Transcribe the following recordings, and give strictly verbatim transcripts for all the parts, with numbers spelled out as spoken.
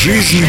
Жизнь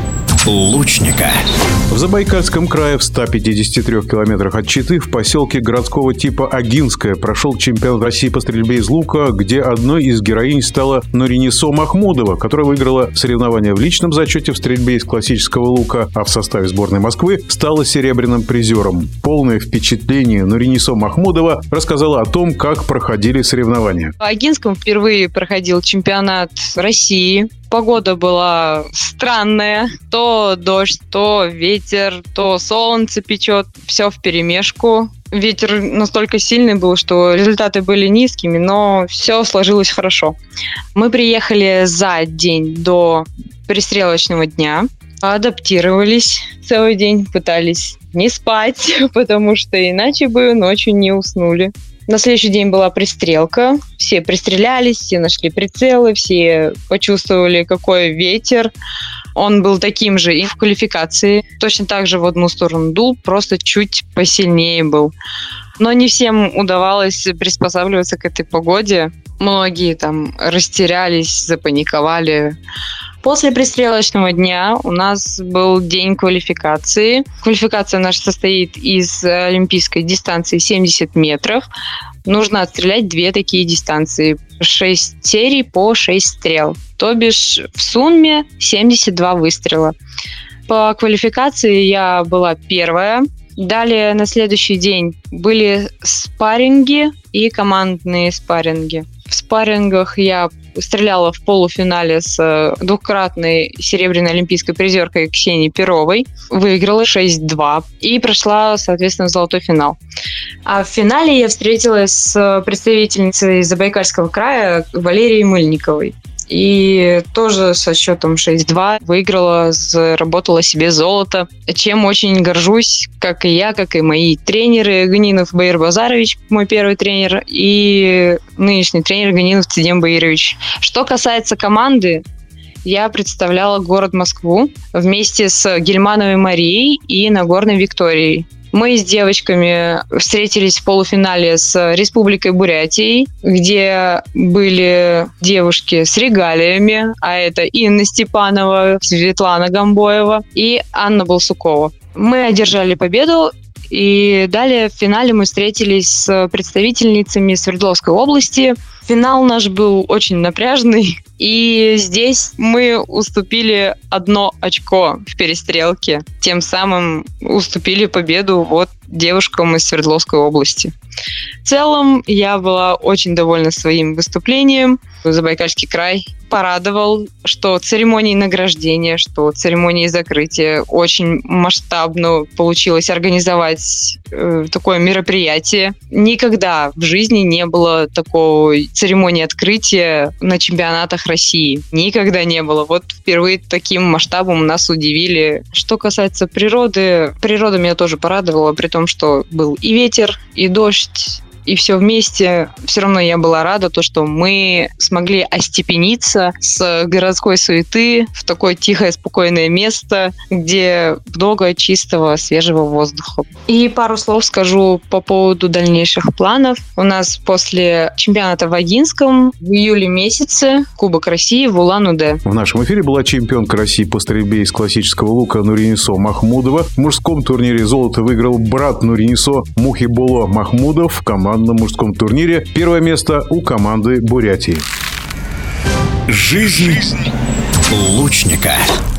лучника. В Забайкальском крае в ста пятидесяти трёх километрах от Читы в поселке городского типа Агинское прошел чемпионат России по стрельбе из лука, где одной из героинь стала Нуринисо Махмудова, которая выиграла соревнования в личном зачете в стрельбе из классического лука, а в составе сборной Москвы стала серебряным призером. Полное впечатление Нуринисо Махмудова рассказала о том, как проходили соревнования. В Агинском впервые проходил чемпионат России. Погода была странная. То дождь, то ветер, то солнце печет. Все вперемешку. Ветер настолько сильный был, что результаты были низкими, но все сложилось хорошо. Мы приехали за день до пристрелочного дня. Адаптировались целый день, пытались не спать, потому что иначе бы ночью не уснули. На следующий день была пристрелка. Все пристрелялись, все нашли прицелы, все почувствовали, какой ветер. Он был таким же и в квалификации. Точно так же в одну сторону дул, просто чуть посильнее был. Но не всем удавалось приспосабливаться к этой погоде. Многие там растерялись, запаниковали. После пристрелочного дня у нас был день квалификации. Квалификация наша состоит из олимпийской дистанции семьдесят метров. Нужно отстрелять две такие дистанции. шесть серий по шесть стрел. То бишь в сумме семьдесят два выстрела. По квалификации я была первая. Далее на следующий день были спарринги и командные спарринги. В спаррингах я стреляла в полуфинале с двукратной серебряной олимпийской призеркой Ксенией Перовой. Выиграла шесть два и прошла, соответственно, в золотой финал. А в финале я встретилась с представительницей Забайкальского края Валерией Мыльниковой. И тоже со счетом шесть два выиграла, заработала себе золото, чем очень горжусь, как и я, как и мои тренеры. Ганинов Баир Базарович, мой первый тренер, и нынешний тренер Ганинов Цидем Баирович. Что касается команды, я представляла город Москву вместе с Гельмановой Марией и Нагорной Викторией. Мы с девочками встретились в полуфинале с Республикой Бурятией, где были девушки с регалиями, а это Инна Степанова, Светлана Гамбоева и Анна Балсукова. Мы одержали победу, и далее в финале мы встретились с представительницами Свердловской области. Финал наш был очень напряжный, и здесь мы уступили одно очко в перестрелке. Тем самым уступили победу вот девушкам из Свердловской области. В целом, я была очень довольна своим выступлением. Забайкальский край порадовал, что церемонии награждения, что церемонии закрытия очень масштабно получилось организовать э, такое мероприятие. Никогда в жизни не было такой церемонии открытия на чемпионатах России. Никогда не было. Вот впервые таким масштабом нас удивили. Что касается природы, природа меня тоже порадовала, при том, что был и ветер, и дождь, и все вместе. Все равно я была рада, то, что мы смогли остепениться с городской суеты в такое тихое, спокойное место, где много чистого, свежего воздуха. И пару слов скажу по поводу дальнейших планов. У нас после чемпионата в Агинском в июле месяце Кубок России в Улан-Удэ. В нашем эфире была чемпионка России по стрельбе из классического лука Нуринисо Махмудова. В мужском турнире золото выиграл брат Нуринисо Мухиболо Махмудов. Команда на мужском турнире. Первое место у команды Бурятии. Жизнь лучника.